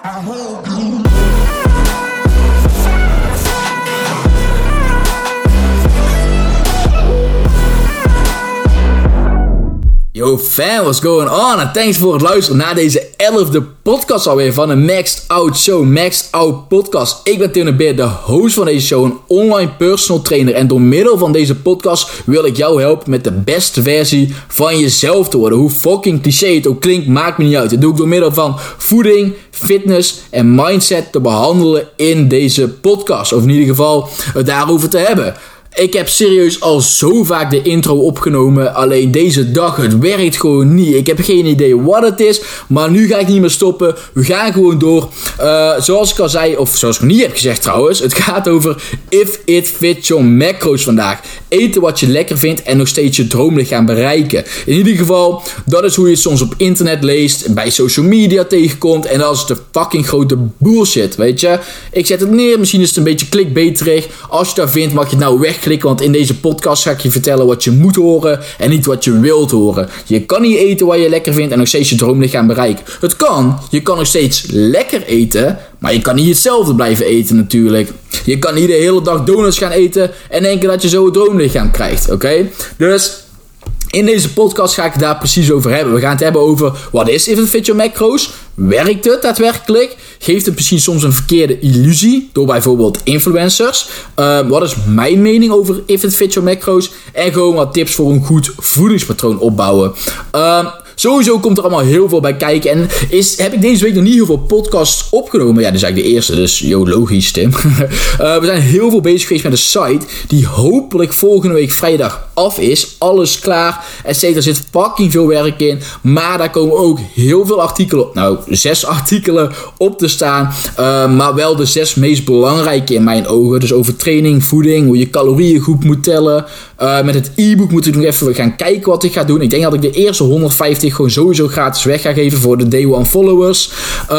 Yo fam, what's going on? En thanks voor het luisteren naar deze 11e podcast alweer van een Maxed Out Show, Maxed Out Podcast. Ik ben Tim de Beer, de host van deze show, een online personal trainer. En door middel van deze podcast wil ik jou helpen met de beste versie van jezelf te worden. Hoe fucking cliché het ook klinkt, maakt me niet uit. Dat doe ik door middel van voeding, fitness en mindset te behandelen in deze podcast. Of in ieder geval het daarover te hebben. Ik heb serieus al zo vaak de intro opgenomen. Alleen deze dag, het werkt gewoon niet. Ik heb geen idee wat het is. Maar nu ga ik niet meer stoppen. We gaan gewoon door. Zoals ik al zei, of zoals ik nog niet heb gezegd trouwens. Het gaat over If It Fits Your Macros vandaag. Eten wat je lekker vindt en nog steeds je droomlichaam bereiken. In ieder geval, dat is hoe je het soms op internet leest. Bij social media tegenkomt. En dat is de fucking grote bullshit, weet je. Ik zet het neer. Misschien is het een beetje clickbaiterig. Als je dat vindt, mag je het nou wegklikken. Want in deze podcast ga ik je vertellen wat je moet horen en niet wat je wilt horen. Je kan niet eten wat je lekker vindt en nog steeds je droomlichaam bereiken. Het kan. Je kan nog steeds lekker eten, maar je kan niet hetzelfde blijven eten natuurlijk. Je kan niet de hele dag donuts gaan eten en denken dat je zo een droomlichaam krijgt. Oké? Dus in deze podcast ga ik het daar precies over hebben. We gaan het hebben over wat is If It Fits Your Macros? Werkt het daadwerkelijk? Geeft het misschien soms een verkeerde illusie door bijvoorbeeld influencers? Wat is mijn mening over If It Fits Your Macros? En gewoon wat tips voor een goed voedingspatroon opbouwen. Sowieso komt er allemaal heel veel bij kijken. En heb ik deze week nog niet heel veel podcasts opgenomen. Ja, dit is eigenlijk de eerste. Dus logisch Tim. We zijn heel veel bezig geweest met een site die hopelijk volgende week vrijdag af is. Alles klaar. Er zit fucking veel werk in. Maar daar komen ook heel veel artikelen op. Nou, 6 artikelen op te staan. Maar wel de 6 meest belangrijke in mijn ogen. Dus over training, voeding, hoe je calorieën goed moet tellen. Met het e-book moet ik nog even gaan kijken wat ik ga doen. Ik denk dat ik de eerste 150 gewoon sowieso gratis weg ga geven voor de Day One followers.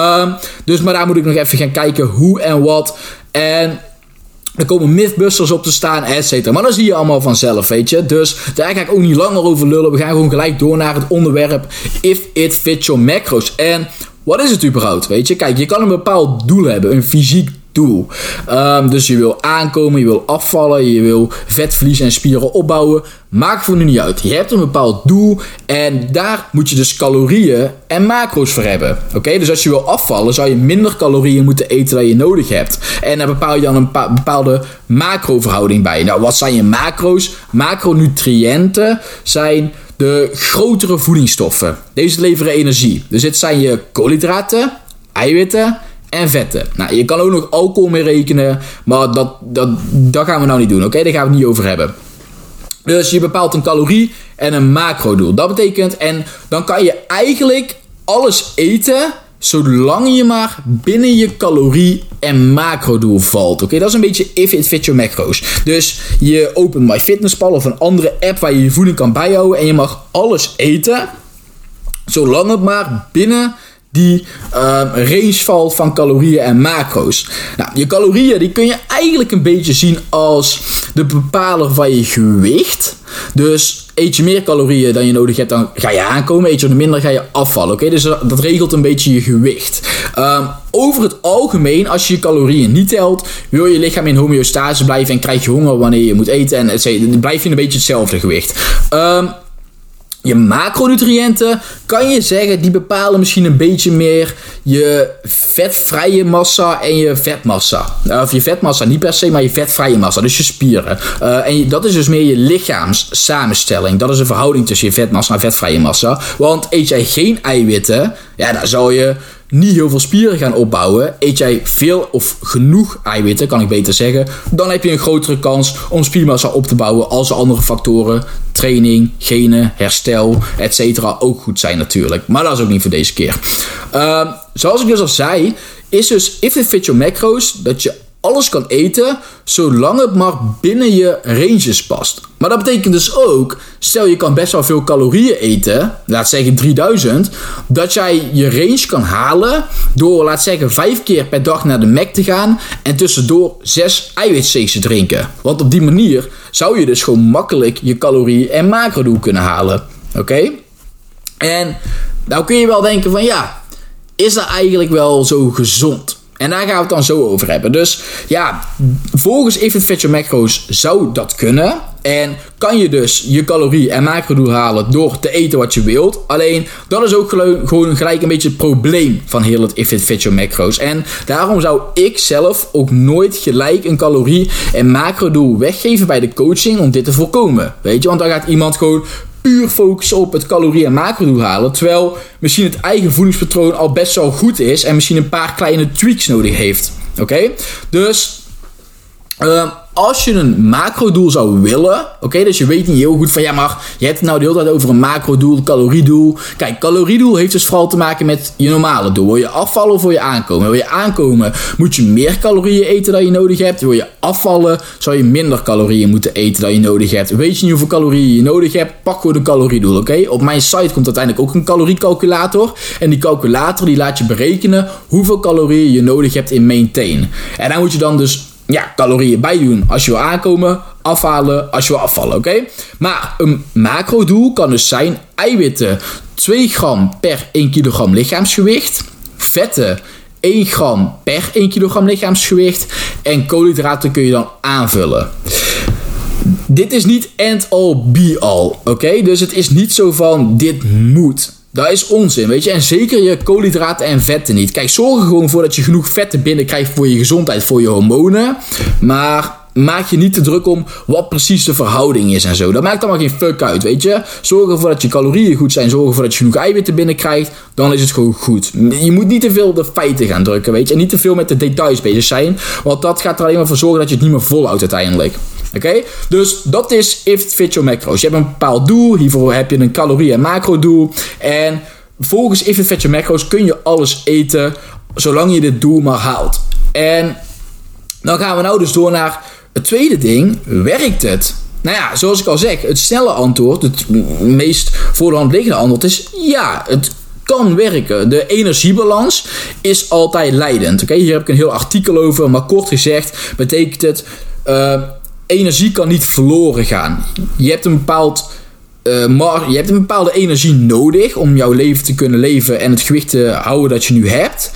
Maar daar moet ik nog even gaan kijken hoe en wat. En er komen mythbusters op te staan, etc. Maar dat zie je allemaal vanzelf, weet je. Dus daar ga ik ook niet langer over lullen. We gaan gewoon gelijk door naar het onderwerp If It Fits Your Macros. En wat is het überhaupt, weet je? Kijk, je kan een bepaald doel hebben, een fysiek doel. Dus je wil aankomen, je wil afvallen, je wil vet verliezen en spieren opbouwen. Maakt voor nu niet uit. Je hebt een bepaald doel en daar moet je dus calorieën en macro's voor hebben. Oké? Dus als je wil afvallen, zou je minder calorieën moeten eten dan je nodig hebt. En daar bepaal je dan een bepaalde macroverhouding bij. Nou, wat zijn je macro's? Macronutriënten zijn de grotere voedingsstoffen. Deze leveren energie. Dus dit zijn je koolhydraten, eiwitten en vetten. Nou, je kan ook nog alcohol mee rekenen, maar dat gaan we nou niet doen, oké? Daar gaan we het niet over hebben. Dus je bepaalt een calorie en een macrodoel. Dat betekent, en dan kan je eigenlijk alles eten, zolang je maar binnen je calorie- en macrodoel valt. Oké, dat is een beetje If It Fits Your Macros. Dus je opent MyFitnessPal of een andere app waar je je voeding kan bijhouden en je mag alles eten, zolang het maar binnen die range valt van calorieën en macro's. Nou, je calorieën die kun je eigenlijk een beetje zien als de bepaler van je gewicht. Dus eet je meer calorieën dan je nodig hebt, dan ga je aankomen. Eet je er minder, ga je afvallen. Oké? Dus dat regelt een beetje je gewicht. Over het algemeen, als je je calorieën niet telt, wil je lichaam in homeostase blijven en krijg je honger wanneer je moet eten. En dan blijf je een beetje hetzelfde gewicht. Je macronutriënten, kan je zeggen, die bepalen misschien een beetje meer je vetvrije massa en je vetmassa. Of je vetmassa niet per se, maar je vetvrije massa, dus je spieren. En dat is dus meer je lichaamssamenstelling. Dat is een verhouding tussen je vetmassa en vetvrije massa. Want eet jij geen eiwitten, ja, dan zal je niet heel veel spieren gaan opbouwen. Eet jij veel of genoeg eiwitten, kan ik beter zeggen, dan heb je een grotere kans om spiermassa op te bouwen als er andere factoren, training, genen, herstel, etc. ook goed zijn natuurlijk. Maar dat is ook niet voor deze keer. Zoals ik dus al zei, is dus If It Fits Your Macros dat je alles kan eten, zolang het maar binnen je ranges past. Maar dat betekent dus ook, stel je kan best wel veel calorieën eten, laat zeggen 3000, dat jij je range kan halen door, laat zeggen, 5 keer per dag naar de Mac te gaan en tussendoor 6 eiwitshakes te drinken. Want op die manier zou je dus gewoon makkelijk je calorieën en macrodoel kunnen halen. Oké? En nou kun je wel denken van ja, is dat eigenlijk wel zo gezond? En daar gaan we het dan zo over hebben. Dus ja, volgens If It Fits Your Macros zou dat kunnen. En kan je dus je calorie- en macrodoel halen door te eten wat je wilt. Alleen, dat is ook gewoon gelijk een beetje het probleem van heel het If It Fits Your Macros. En daarom zou ik zelf ook nooit gelijk een calorie- en macrodoel weggeven bij de coaching om dit te voorkomen. Weet je, want dan gaat iemand gewoon puur focussen op het calorie- en macrodoel halen. Terwijl misschien het eigen voedingspatroon al best wel goed is en misschien een paar kleine tweaks nodig heeft. Oké? Dus als je een macrodoel zou willen, dus je weet niet heel goed van ja, maar je hebt het nou de hele tijd over een macrodoel, caloriedoel. Kijk, caloriedoel heeft dus vooral te maken met je normale doel. Wil je afvallen of wil je aankomen? Wil je aankomen, moet je meer calorieën eten dan je nodig hebt. Wil je afvallen, zou je minder calorieën moeten eten dan je nodig hebt. Weet je niet hoeveel calorieën je nodig hebt, pak gewoon een caloriedoel, oké? Op mijn site komt uiteindelijk ook een caloriecalculator. En die calculator die laat je berekenen hoeveel calorieën je nodig hebt in maintain. En daar moet je dan dus calorieën bij doen als je wil aankomen, afhalen als je wil afvallen, oké? Maar een macrodoel kan dus zijn eiwitten 2 gram per 1 kilogram lichaamsgewicht, vetten 1 gram per 1 kilogram lichaamsgewicht en koolhydraten kun je dan aanvullen. Dit is niet end all be all, oké? Dus het is niet zo van dit moet. Dat is onzin, weet je. En zeker je koolhydraten en vetten niet. Kijk, zorg er gewoon voor dat je genoeg vetten binnenkrijgt voor je gezondheid, voor je hormonen. Maar maak je niet te druk om wat precies de verhouding is en zo. Dat maakt allemaal geen fuck uit, weet je. Zorg ervoor dat je calorieën goed zijn. Zorg ervoor dat je genoeg eiwitten binnenkrijgt. Dan is het gewoon goed. Je moet niet te veel de feiten gaan drukken, weet je. En niet te veel met de details bezig zijn. Want dat gaat er alleen maar voor zorgen dat je het niet meer volhoudt uiteindelijk. Oké? Dus dat is If It Fits Your Macros. Je hebt een bepaald doel. Hiervoor heb je een calorie- en macrodoel. En volgens If It Fits Your Macros kun je alles eten zolang je dit doel maar haalt. En dan gaan we nou dus door naar het tweede ding. Werkt het? Nou ja, zoals ik al zeg, het snelle antwoord, het meest voor de hand liggende antwoord is ja, het kan werken. De energiebalans is altijd leidend. Oké? Hier heb ik een heel artikel over, maar kort gezegd betekent het energie kan niet verloren gaan. Je hebt een bepaalde energie nodig om jouw leven te kunnen leven en het gewicht te houden dat je nu hebt.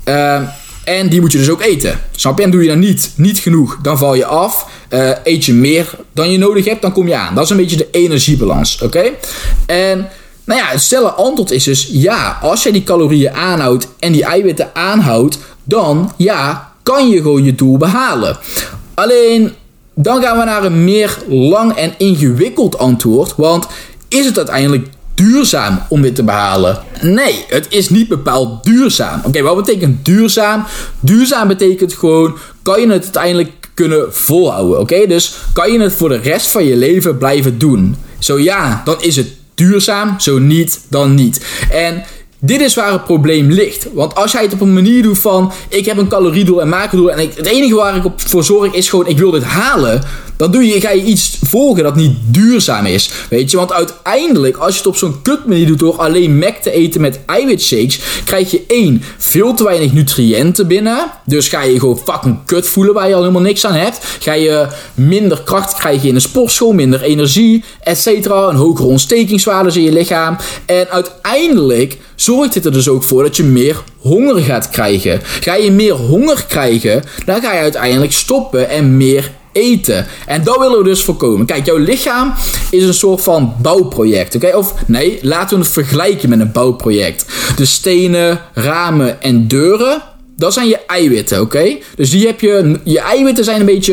En die moet je dus ook eten. Snap je? En doe je dan niet genoeg, dan val je af. Eet je meer dan je nodig hebt, dan kom je aan. Dat is een beetje de energiebalans. Oké? En nou ja, het snelle antwoord is dus ja, als jij die calorieën aanhoudt en die eiwitten aanhoudt, dan ja, kan je gewoon je doel behalen. Alleen dan gaan we naar een meer lang en ingewikkeld antwoord. Want is het uiteindelijk duurzaam om dit te behalen? Nee, het is niet bepaald duurzaam. Oké, wat betekent duurzaam? Duurzaam betekent gewoon, kan je het uiteindelijk kunnen volhouden? Oké, dus kan je het voor de rest van je leven blijven doen? Zo ja, dan is het duurzaam. Zo niet, dan niet. En dit is waar het probleem ligt. Want als jij het op een manier doet van ik heb een caloriedoel en macrodoel en het enige waar ik voor zorg is gewoon ik wil dit halen, dan ga je iets volgen dat niet duurzaam is. Weet je, want uiteindelijk als je het op zo'n kut manier doet door alleen Mac te eten met eiwitshakes, krijg je 1, veel te weinig nutriënten binnen. Dus ga je gewoon fucking kut voelen waar je al helemaal niks aan hebt. Ga je minder kracht krijgen in de sportschool, minder energie, etc. Een hogere ontstekingswaardes in je lichaam. En uiteindelijk zorgt dit er dus ook voor dat je meer honger gaat krijgen. Ga je meer honger krijgen, dan ga je uiteindelijk stoppen en meer eten. En dat willen we dus voorkomen. Kijk, jouw lichaam is een soort van bouwproject. Oké? Of nee, laten we het vergelijken met een bouwproject. De stenen, ramen en deuren, dat zijn je eiwitten, oké? Dus die heb je eiwitten zijn een beetje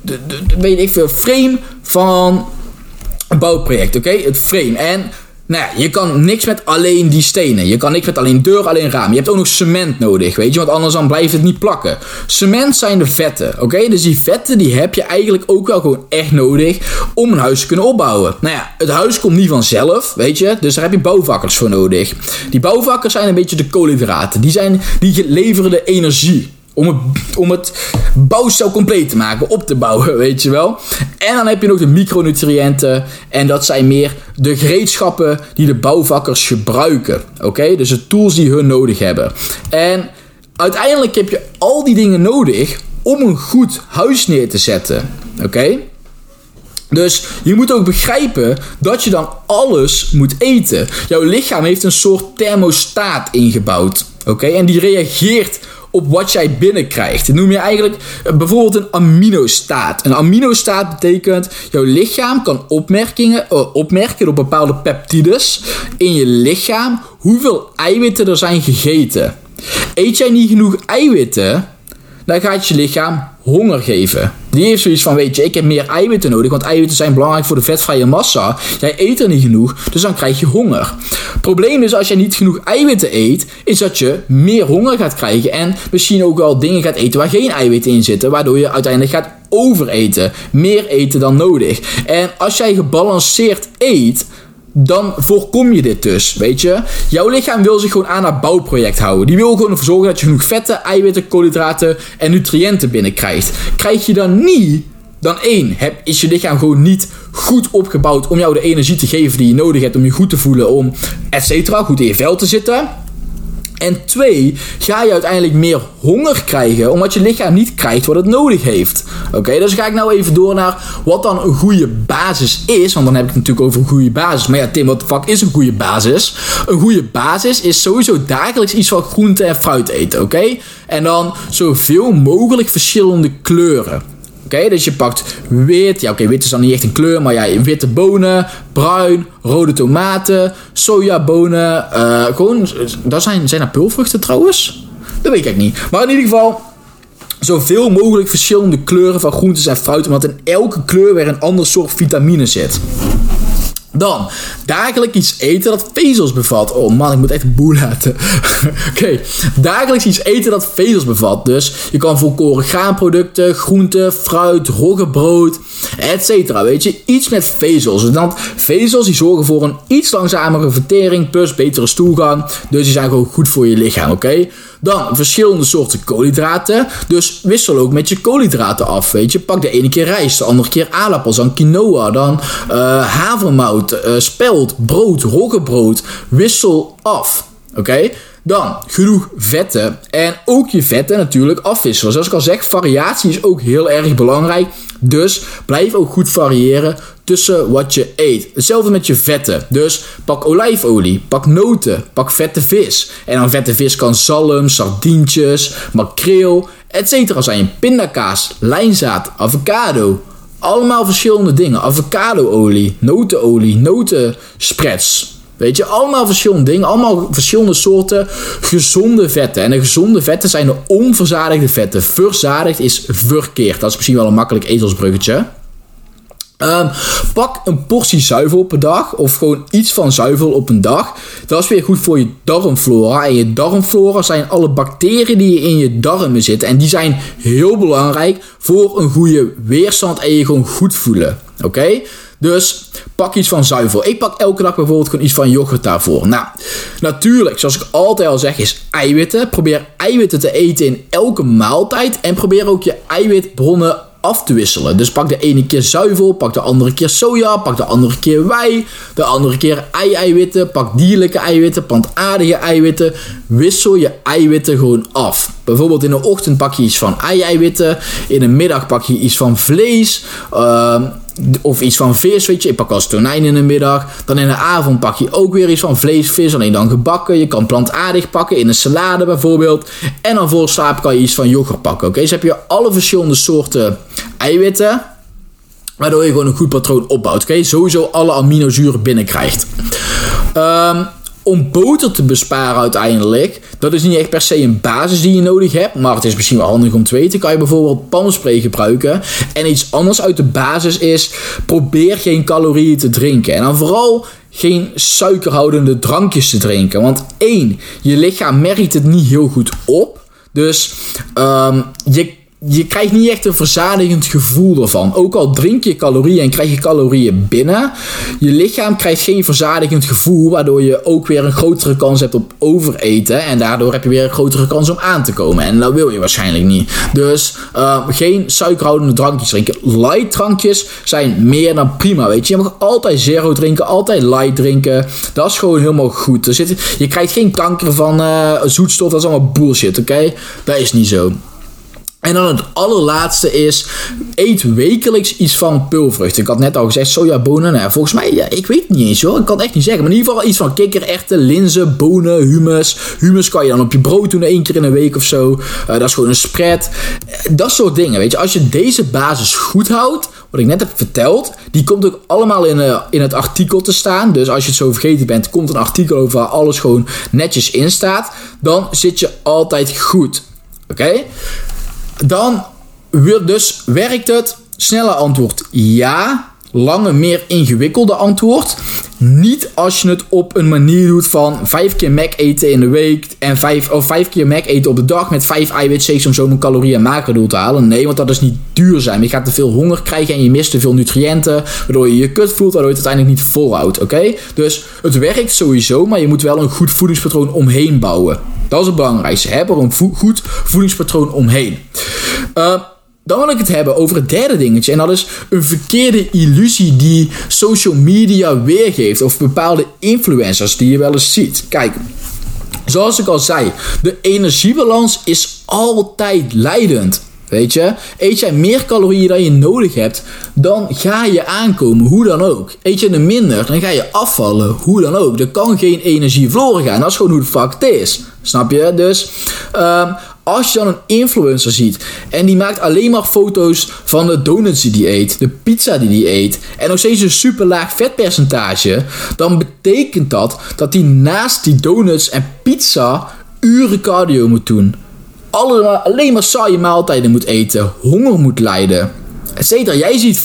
het frame van een bouwproject, oké? Het frame. En nou ja, je kan niks met alleen die stenen. Je kan niks met alleen deur, alleen raam. Je hebt ook nog cement nodig, weet je. Want anders dan blijft het niet plakken. Cement zijn de vetten, oké? Dus die vetten die heb je eigenlijk ook wel gewoon echt nodig om een huis te kunnen opbouwen. Nou ja, het huis komt niet vanzelf, weet je. Dus daar heb je bouwvakkers voor nodig. Die bouwvakkers zijn een beetje de koolhydraten. Die leveren de energie om het bouwstel compleet te maken, op te bouwen, weet je wel. En dan heb je nog de micronutriënten. En dat zijn meer de gereedschappen die de bouwvakkers gebruiken. Oké? Dus de tools die hun nodig hebben. En uiteindelijk heb je al die dingen nodig om een goed huis neer te zetten. Oké? Dus je moet ook begrijpen dat je dan alles moet eten. Jouw lichaam heeft een soort thermostaat ingebouwd. Oké? En die reageert op wat jij binnenkrijgt. Dat noem je eigenlijk bijvoorbeeld een aminostaat. Een aminostaat betekent, jouw lichaam kan opmerken op bepaalde peptides in je lichaam hoeveel eiwitten er zijn gegeten. Eet jij niet genoeg eiwitten, dan gaat je lichaam honger geven. Die heeft zoiets van, weet je, ik heb meer eiwitten nodig, want eiwitten zijn belangrijk voor de vetvrije massa. Jij eet er niet genoeg, dus dan krijg je honger. Het probleem is, als jij niet genoeg eiwitten eet, is dat je meer honger gaat krijgen en misschien ook wel dingen gaat eten waar geen eiwitten in zitten, waardoor je uiteindelijk gaat overeten. Meer eten dan nodig. En als jij gebalanceerd eet, dan voorkom je dit dus, weet je. Jouw lichaam wil zich gewoon aan dat bouwproject houden. Die wil gewoon ervoor zorgen dat je genoeg vetten, eiwitten, koolhydraten en nutriënten binnenkrijgt. Krijg je dan niet, dan 1, is je lichaam gewoon niet goed opgebouwd om jou de energie te geven die je nodig hebt om je goed te voelen, om goed in je vel te zitten. En 2, ga je uiteindelijk meer honger krijgen, omdat je lichaam niet krijgt wat het nodig heeft. Oké, dus ga ik nou even door naar wat dan een goede basis is. Want dan heb ik het natuurlijk over een goede basis. Maar ja, Tim, wat de fuck is een goede basis? Een goede basis is sowieso dagelijks iets van groente en fruit eten, oké? En dan zoveel mogelijk verschillende kleuren. Oké, dus je pakt wit. Ja, oké, wit is dan niet echt een kleur, maar ja, witte bonen, bruin, rode tomaten, sojabonen. Zijn er peulvruchten trouwens? Dat weet ik niet. Maar in ieder geval, zoveel mogelijk verschillende kleuren van groentes en fruit, omdat in elke kleur weer een ander soort vitamine zit. Dan, dagelijks iets eten dat vezels bevat. Oh man, ik moet echt een boel laten. Oké, dagelijks iets eten dat vezels bevat. Dus je kan volkoren graanproducten, groenten, fruit, roggebrood, etc. Weet je, iets met vezels. Want vezels die zorgen voor een iets langzamere vertering plus betere stoelgang. Dus die zijn gewoon goed voor je lichaam, oké? Dan verschillende soorten koolhydraten. Dus wissel ook met je koolhydraten af, weet je. Pak de ene keer rijst, de andere keer aardappels, dan quinoa, dan havermout, spelt, brood, roggebrood. Wissel af, oké? Dan genoeg vetten en ook je vetten natuurlijk afwisselen. Zoals ik al zeg, variatie is ook heel erg belangrijk. Dus blijf ook goed variëren tussen wat je eet. Hetzelfde met je vetten. Dus pak olijfolie, pak noten, pak vette vis. En dan vette vis kan zalm, sardientjes, makreel, etc. zijn. Pindakaas, lijnzaad, avocado. Allemaal verschillende dingen. Avocadoolie, notenolie, notenspreads. Weet je, allemaal verschillende dingen, allemaal verschillende soorten gezonde vetten. En de gezonde vetten zijn de onverzadigde vetten. Verzadigd is verkeerd. Dat is misschien wel een makkelijk ezelsbruggetje. Pak een portie zuivel per dag, of gewoon iets van zuivel op een dag. Dat is weer goed voor je darmflora. En je darmflora zijn alle bacteriën die in je darmen zitten. En die zijn heel belangrijk voor een goede weerstand en je gewoon goed voelen. Oké? Dus pak iets van zuivel. Ik pak elke dag bijvoorbeeld gewoon iets van yoghurt daarvoor. Nou, natuurlijk, zoals ik altijd al zeg, is eiwitten. Probeer eiwitten te eten in elke maaltijd. En probeer ook je eiwitbronnen af te wisselen. Dus pak de ene keer zuivel, pak de andere keer soja, pak de andere keer wei, de andere keer ei-eiwitten, pak dierlijke eiwitten, plantaardige eiwitten. Wissel je eiwitten gewoon af. Bijvoorbeeld in de ochtend pak je iets van ei-eiwitten, in de middag pak je iets van vlees, of iets van vis, weet je. Ik pak als tonijn in de middag. Dan in de avond pak je ook weer iets van vlees, vis, alleen dan gebakken. Je kan plantaardig pakken, in een salade bijvoorbeeld. En dan voor slaap kan je iets van yoghurt pakken, oké? Dus heb je alle verschillende soorten eiwitten, waardoor je gewoon een goed patroon opbouwt, oké? Sowieso alle aminozuren binnenkrijgt. Om boter te besparen uiteindelijk, dat is niet echt per se een basis die je nodig hebt, maar het is misschien wel handig om te weten, kan je bijvoorbeeld palmspray gebruiken. En iets anders uit de basis is, probeer geen calorieën te drinken. En dan vooral geen suikerhoudende drankjes te drinken. Want 1, je lichaam merkt het niet heel goed op. Dus je krijgt niet echt een verzadigend gevoel ervan. Ook al drink je calorieën en krijg je calorieën binnen, je lichaam krijgt geen verzadigend gevoel, waardoor je ook weer een grotere kans hebt op overeten. En daardoor heb je weer een grotere kans om aan te komen. En dat wil je waarschijnlijk niet. Dus geen suikerhoudende drankjes drinken. Light drankjes zijn meer dan prima, weet je. Je mag altijd zero drinken, altijd light drinken. Dat is gewoon helemaal goed. Je krijgt geen kanker van zoetstof, dat is allemaal bullshit, oké? Dat is niet zo. En dan het allerlaatste is, eet wekelijks iets van peulvruchten. Ik had net al gezegd, sojabonen. Nou, volgens mij, ja, ik weet het niet eens hoor. Ik kan het echt niet zeggen. Maar in ieder geval iets van kikkererwten, linzen, bonen, hummus. Hummus kan je dan op je brood doen 1 keer in de week of zo. Dat is gewoon een spread. Dat soort dingen, weet je. Als je deze basis goed houdt, wat ik net heb verteld, die komt ook allemaal in het artikel te staan. Dus als je het zo vergeten bent, komt een artikel over waar alles gewoon netjes in staat. Dan zit je altijd goed. Oké? Dan dus werkt het. Snelle antwoord ja. Lange, meer ingewikkelde antwoord. Niet als je het op een manier doet van 5 keer Mac eten in de week. En 5 keer Mac eten op de dag met 5 eiwitshakes om zo mijn calorieën en macrodoel te halen. Nee, want dat is niet duurzaam. Je gaat te veel honger krijgen en je mist te veel nutriënten. Waardoor je je kut voelt, waardoor je het uiteindelijk niet volhoudt. Oké? Dus het werkt sowieso, maar je moet wel een goed voedingspatroon omheen bouwen. Dat is het belangrijkste. Heb er een goed voedingspatroon omheen. Dan wil ik het hebben over het derde dingetje. En dat is een verkeerde illusie die social media weergeeft. Of bepaalde influencers die je wel eens ziet. Kijk, zoals ik al zei. De energiebalans is altijd leidend. Weet je, eet jij meer calorieën dan je nodig hebt, dan ga je aankomen, hoe dan ook. Eet je er minder, dan ga je afvallen, hoe dan ook. Er kan geen energie verloren gaan, dat is gewoon hoe het vak is. Snap je? Dus als je dan een influencer ziet en die maakt alleen maar foto's van de donuts die die eet, de pizza die die eet en nog steeds een super laag vetpercentage, dan betekent dat die naast die donuts en pizza uren cardio moet doen. Alleen maar saaie maaltijden moet eten, honger moet lijden, etc. Jij ziet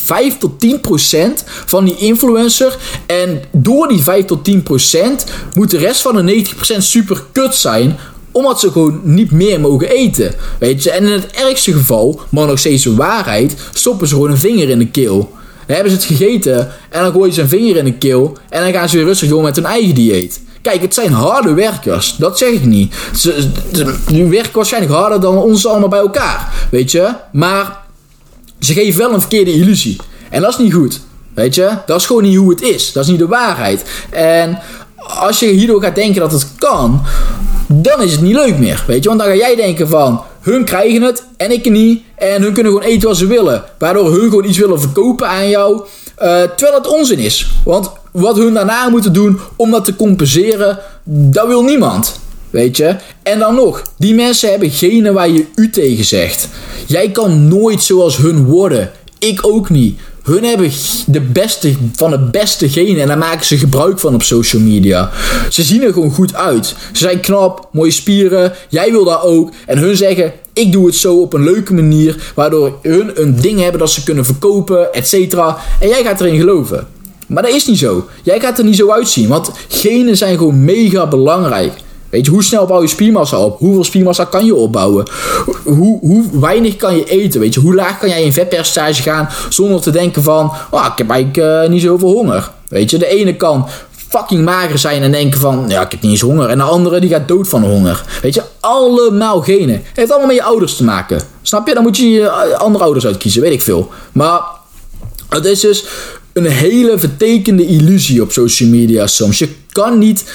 5-10% van die influencer en door die 5-10% moet de rest van de 90% super kut zijn, omdat ze gewoon niet meer mogen eten. Weet je? En in het ergste geval, maar nog steeds de waarheid, stoppen ze gewoon een vinger in de keel. Dan hebben ze het gegeten en dan gooien ze een vinger in de keel en dan gaan ze weer rustig door met hun eigen dieet. Kijk, het zijn harde werkers. Dat zeg ik niet. Ze werken waarschijnlijk harder dan ons allemaal bij elkaar. Weet je? Maar ze geven wel een verkeerde illusie. En dat is niet goed. Weet je? Dat is gewoon niet hoe het is. Dat is niet de waarheid. En als je hierdoor gaat denken dat het kan, dan is het niet leuk meer. Weet je? Want dan ga jij denken van, hun krijgen het en ik niet. En hun kunnen gewoon eten wat ze willen. Waardoor hun gewoon iets willen verkopen aan jou. Terwijl het onzin is. Want wat hun daarna moeten doen om dat te compenseren, dat wil niemand. Weet je? En dan nog, die mensen hebben genen waar je u tegen zegt. Jij kan nooit zoals hun worden. Ik ook niet. Hun hebben de beste van de beste genen en daar maken ze gebruik van op social media. Ze zien er gewoon goed uit. Ze zijn knap, mooie spieren. Jij wil dat ook. En hun zeggen, ik doe het zo op een leuke manier, waardoor hun een ding hebben dat ze kunnen verkopen, etc. En jij gaat erin geloven. Maar dat is niet zo. Jij gaat er niet zo uitzien, want genen zijn gewoon mega belangrijk. Weet je, hoe snel bouw je spiermassa op? Hoeveel spiermassa kan je opbouwen? Hoe weinig kan je eten? Weet je, hoe laag kan jij in vetpercentage gaan zonder te denken van, ik heb eigenlijk niet zoveel honger. Weet je, de ene kan fucking mager zijn en denken van, ja, ik heb niet eens honger. En de andere die gaat dood van de honger. Weet je, allemaal genen. Het heeft allemaal met je ouders te maken. Snap je? Dan moet je je andere ouders uitkiezen, weet ik veel. Maar het is dus een hele vertekende illusie op social media soms. Je kan niet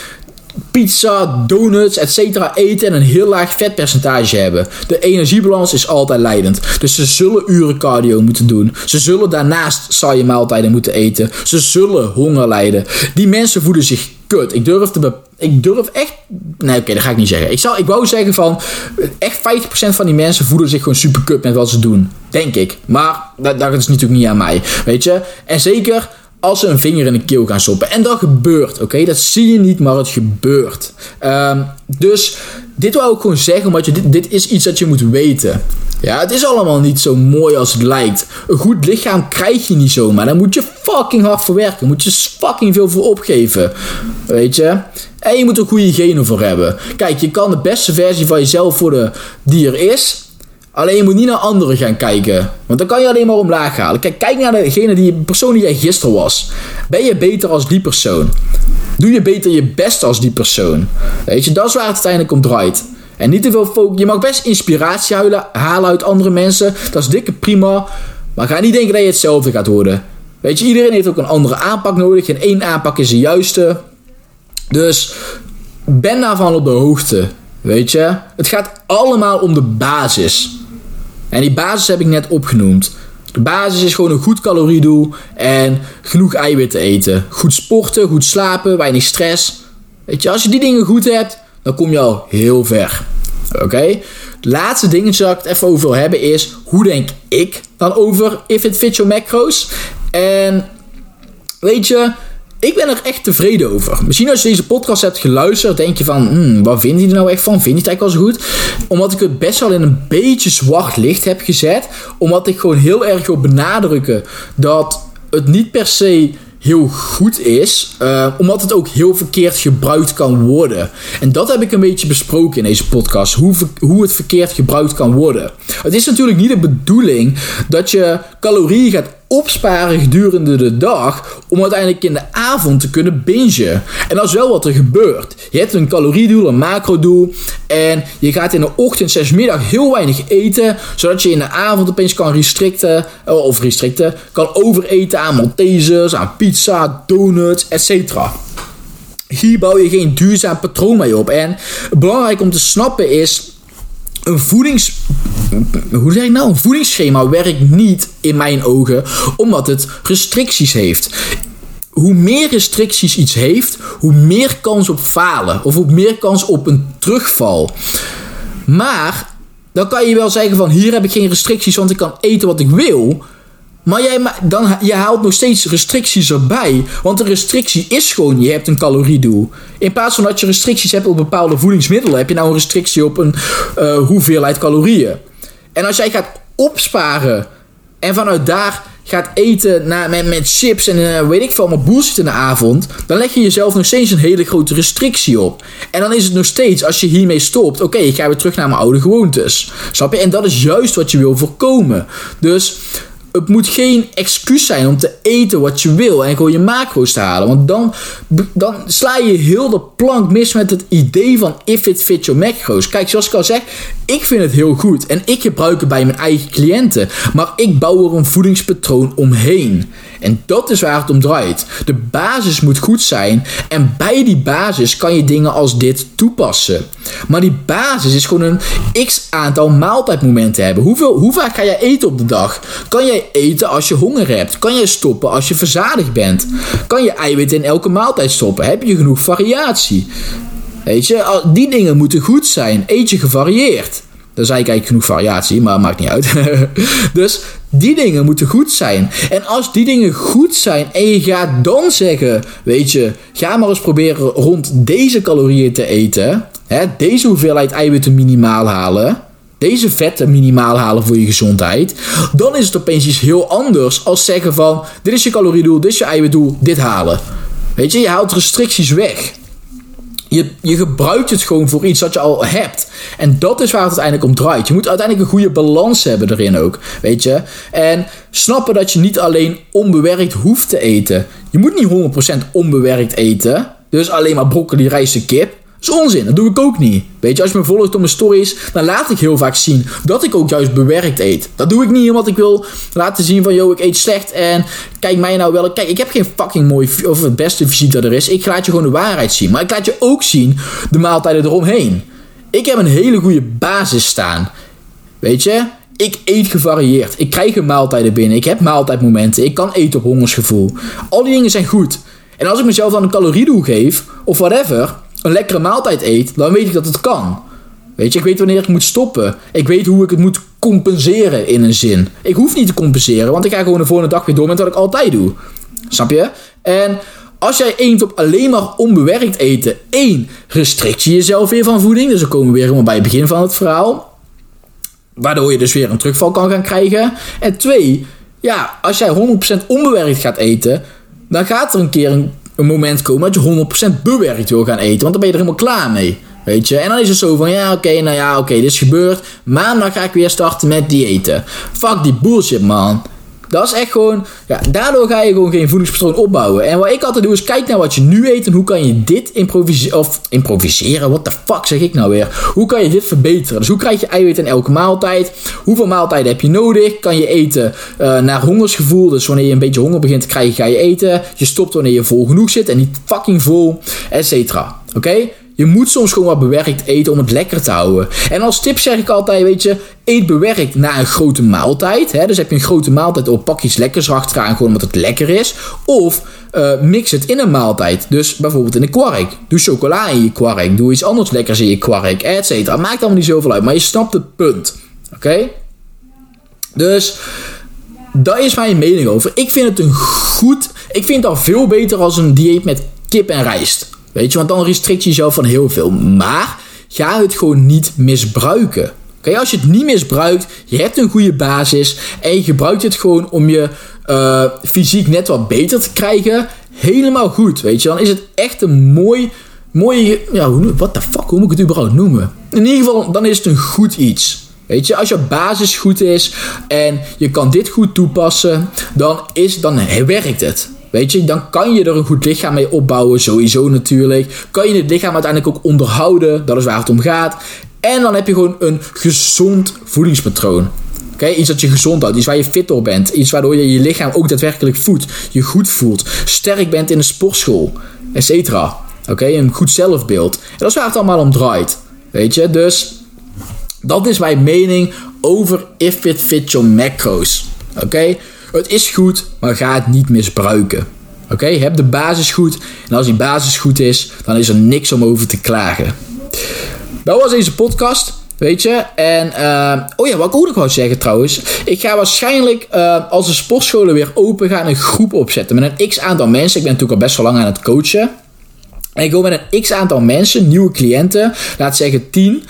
pizza, donuts, etc. eten en een heel laag vetpercentage hebben. De energiebalans is altijd leidend. Dus ze zullen uren cardio moeten doen. Ze zullen daarnaast saaie maaltijden moeten eten. Ze zullen honger lijden. Die mensen voelen zich kut. Ik durf echt... Nee, oké, dat ga ik niet zeggen. Ik wou zeggen van, echt 50% van die mensen voelen zich gewoon super kut met wat ze doen. Denk ik. Maar dat is natuurlijk niet aan mij. Weet je? En zeker als ze een vinger in de keel gaan stoppen. En dat gebeurt, oké? Dat zie je niet, maar het gebeurt. Dus dit wou ik gewoon zeggen, omdat dit is iets dat je moet weten. Ja, het is allemaal niet zo mooi als het lijkt. Een goed lichaam krijg je niet zomaar. Daar moet je fucking hard voor werken. Daar moet je fucking veel voor opgeven. Weet je? En je moet er goede genen voor hebben. Kijk, je kan de beste versie van jezelf worden die er is. Alleen je moet niet naar anderen gaan kijken. Want dan kan je alleen maar omlaag halen. Kijk naar de persoon die jij gisteren was. Ben je beter als die persoon? Doe je beter je best als die persoon? Weet je, dat is waar het uiteindelijk om draait. En niet te veel focus. Je mag best inspiratie halen uit andere mensen. Dat is dikke prima. Maar ga niet denken dat je hetzelfde gaat worden. Weet je, iedereen heeft ook een andere aanpak nodig. Geen één aanpak is de juiste. Dus ben daarvan op de hoogte. Weet je, het gaat allemaal om de basis. En die basis heb ik net opgenoemd. De basis is gewoon een goed caloriedoel en genoeg eiwitten eten. Goed sporten, goed slapen, weinig stress. Weet je, als je die dingen goed hebt, dan kom je al heel ver. Oké? Het laatste dingetje dat ik het even over wil hebben is, hoe denk ik dan over If It Fits Your Macros? En weet je, ik ben er echt tevreden over. Misschien als je deze podcast hebt geluisterd, denk je van, wat vindt hij er nou echt van? Vind je het eigenlijk wel zo goed? Omdat ik het best wel in een beetje zwart licht heb gezet. Omdat ik gewoon heel erg wil benadrukken dat het niet per se heel goed is, omdat het ook heel verkeerd gebruikt kan worden. En dat heb ik een beetje besproken in deze podcast, hoe het verkeerd gebruikt kan worden. Het is natuurlijk niet de bedoeling dat je calorieën gaat opsparen gedurende de dag om uiteindelijk in de avond te kunnen bingen. En dat is wel wat er gebeurt. Je hebt een caloriedoel, een macrodoel en je gaat in de ochtend, middag heel weinig eten, zodat je in de avond opeens kan kan overeten aan Maltesers, aan pizza, donuts, etc. Hier bouw je geen duurzaam patroon mee op. En belangrijk om te snappen is, een voedingsschema werkt niet in mijn ogen, omdat het restricties heeft. Hoe meer restricties iets heeft, hoe meer kans op falen. Of hoe meer kans op een terugval. Maar dan kan je wel zeggen van, hier heb ik geen restricties, want ik kan eten wat ik wil. Maar je haalt nog steeds restricties erbij. Want een restrictie is gewoon, je hebt een caloriedoel. In plaats van dat je restricties hebt op bepaalde voedingsmiddelen, heb je nou een restrictie op een hoeveelheid calorieën. En als jij gaat opsparen en vanuit daar gaat eten met chips en weet ik veel, allemaal bullshit in de avond, dan leg je jezelf nog steeds een hele grote restrictie op. En dan is het nog steeds, als je hiermee stopt, oké, ik ga weer terug naar mijn oude gewoontes. Snap je? En dat is juist wat je wil voorkomen. Dus het moet geen excuus zijn om te eten wat je wil en gewoon je macro's te halen. Want dan sla je heel de plank mis met het idee van If It Fits Your Macros. Kijk, zoals ik al zeg, ik vind het heel goed en ik gebruik het bij mijn eigen cliënten. Maar ik bouw er een voedingspatroon omheen. En dat is waar het om draait. De basis moet goed zijn en bij die basis kan je dingen als dit toepassen. Maar die basis is gewoon een x-aantal maaltijdmomenten hebben. Hoe vaak ga jij eten op de dag? Kan jij eten als je honger hebt? Kan jij stoppen als je verzadigd bent? Kan je eiwitten in elke maaltijd stoppen? Heb je genoeg variatie? Weet je, die dingen moeten goed zijn. Eet je gevarieerd? Dan zei ik eigenlijk genoeg variatie, maar maakt niet uit. Dus die dingen moeten goed zijn. En als die dingen goed zijn en je gaat dan zeggen, weet je, ga maar eens proberen rond deze calorieën te eten. Deze hoeveelheid eiwitten minimaal halen. Deze vetten minimaal halen voor je gezondheid. Dan is het opeens iets heel anders als zeggen van, dit is je caloriedoel, dit is je eiwitdoel, dit halen. Weet je haalt restricties weg. Je gebruikt het gewoon voor iets dat je al hebt. En dat is waar het uiteindelijk om draait. Je moet uiteindelijk een goede balans hebben erin ook. Weet je. En snappen dat je niet alleen onbewerkt hoeft te eten. Je moet niet 100% onbewerkt eten. Dus alleen maar broccoli, rijst en kip. Dat is onzin, dat doe ik ook niet. Weet je, als je me volgt op mijn stories, dan laat ik heel vaak zien dat ik ook juist bewerkt eet. Dat doe ik niet omdat ik wil laten zien van, ik eet slecht en kijk mij nou wel. Kijk, ik heb geen fucking mooi of het beste fysiek dat er is. Ik laat je gewoon de waarheid zien. Maar ik laat je ook zien de maaltijden eromheen. Ik heb een hele goede basis staan. Weet je, ik eet gevarieerd. Ik krijg een maaltijden binnen. Ik heb maaltijdmomenten. Ik kan eten op hongersgevoel. Al die dingen zijn goed. En als ik mezelf dan een caloriedoel geef, of whatever, een lekkere maaltijd eet, dan weet ik dat het kan. Weet je, ik weet wanneer ik moet stoppen. Ik weet hoe ik het moet compenseren in een zin. Ik hoef niet te compenseren, want ik ga gewoon de volgende dag weer door met wat ik altijd doe. Snap je? En als jij eet op alleen maar onbewerkt eten, 1, restrict je jezelf weer van voeding. Dus dan komen we weer helemaal bij het begin van het verhaal. Waardoor je dus weer een terugval kan gaan krijgen. En 2, als jij 100% onbewerkt gaat eten, dan gaat er een keer een moment komen dat je 100% bewerkt wil gaan eten. Want dan ben je er helemaal klaar mee. Weet je? En dan is het zo van, dit is gebeurd. Maandag ga ik weer starten met diëten. Fuck die bullshit, man. Dat is echt gewoon, daardoor ga je gewoon geen voedingspatroon opbouwen. En wat ik altijd doe is, kijk naar wat je nu eet en hoe kan je dit improviseren. What the fuck zeg ik nou weer? Hoe kan je dit verbeteren? Dus hoe krijg je eiwit in elke maaltijd? Hoeveel maaltijden heb je nodig? Kan je eten naar hongersgevoel? Dus wanneer je een beetje honger begint te krijgen, ga je eten. Je stopt wanneer je vol genoeg zit en niet fucking vol, et cetera. Oké? Je moet soms gewoon wat bewerkt eten om het lekker te houden. En als tip zeg ik altijd, weet je, eet bewerkt na een grote maaltijd. Hè? Dus heb je een grote maaltijd, pak iets lekkers achteraan, gewoon omdat het lekker is. Of mix het in een maaltijd. Dus bijvoorbeeld in een kwark. Doe chocola in je kwark. Doe iets anders lekkers in je kwark, et cetera. Maakt allemaal niet zoveel uit, maar je snapt het punt. Oké? Dus daar is mijn mening over. Ik vind het al veel beter als een dieet met kip en rijst. Weet je, want dan restrict je jezelf van heel veel. Maar ga het gewoon niet misbruiken. Oké, als je het niet misbruikt, je hebt een goede basis en je gebruikt het gewoon om je fysiek net wat beter te krijgen, helemaal goed. Weet je, dan is het echt een mooie, ja, what the fuck, hoe moet ik het überhaupt noemen? In ieder geval, dan is het een goed iets. Weet je, als je basis goed is en je kan dit goed toepassen, dan werkt het. Weet je, dan kan je er een goed lichaam mee opbouwen, sowieso natuurlijk. Kan je het lichaam uiteindelijk ook onderhouden, dat is waar het om gaat. En dan heb je gewoon een gezond voedingspatroon. Okay? Iets dat je gezond houdt, iets waar je fit door bent. Iets waardoor je je lichaam ook daadwerkelijk voedt. Je goed voelt, sterk bent in de sportschool, et cetera. Okay? Een goed zelfbeeld. En dat is waar het allemaal om draait. Weet je, dus dat is mijn mening over If It Fits Your Macros. Oké? Het is goed, maar ga het niet misbruiken. Oké? Heb de basis goed. En als die basis goed is, dan is er niks om over te klagen. Dat was deze podcast. Weet je? En, wat ik ook nog wou zeggen trouwens. Ik ga waarschijnlijk, als de sportscholen weer open gaan, een groep opzetten. Met een x-aantal mensen. Ik ben natuurlijk al best wel lang aan het coachen. En ik wil met een x-aantal mensen, nieuwe cliënten, laat zeggen 10...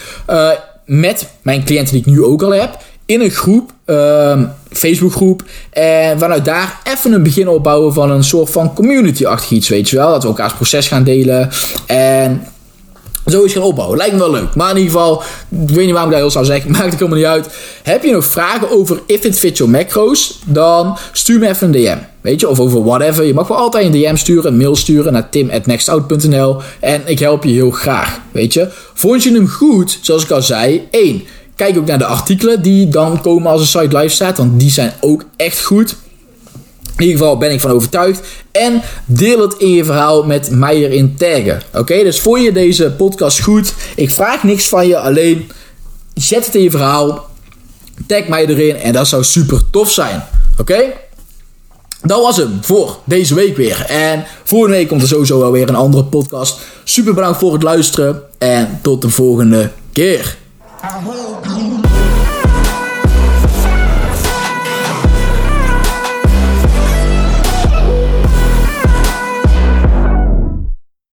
met mijn cliënten die ik nu ook al heb, in een groep, Facebookgroep. En vanuit daar even een begin opbouwen van een soort van community-achtig iets, weet je wel. Dat we elkaars proces gaan delen. En zo is gaan opbouwen. Lijkt me wel leuk. Maar in ieder geval, ik weet niet waarom ik dat heel zou zeggen. Maakt het helemaal niet uit. Heb je nog vragen over If It Fits Your Macros? Dan stuur me even een DM. Weet je, of over whatever. Je mag wel altijd een DM sturen, een mail sturen naar tim@maxedout.nl. En ik help je heel graag. Weet je. Vond je hem goed? Zoals ik al zei. 1. Kijk ook naar de artikelen die dan komen als een site live staat. Want die zijn ook echt goed. In ieder geval ben ik van overtuigd. En deel het in je verhaal met mij erin taggen. Oké, dus vond je deze podcast goed? Ik vraag niks van je. Alleen zet het in je verhaal. Tag mij erin. En dat zou super tof zijn. Oké? Dat was hem voor deze week weer. En volgende week komt er sowieso wel weer een andere podcast. Super bedankt voor het luisteren. En tot de volgende keer.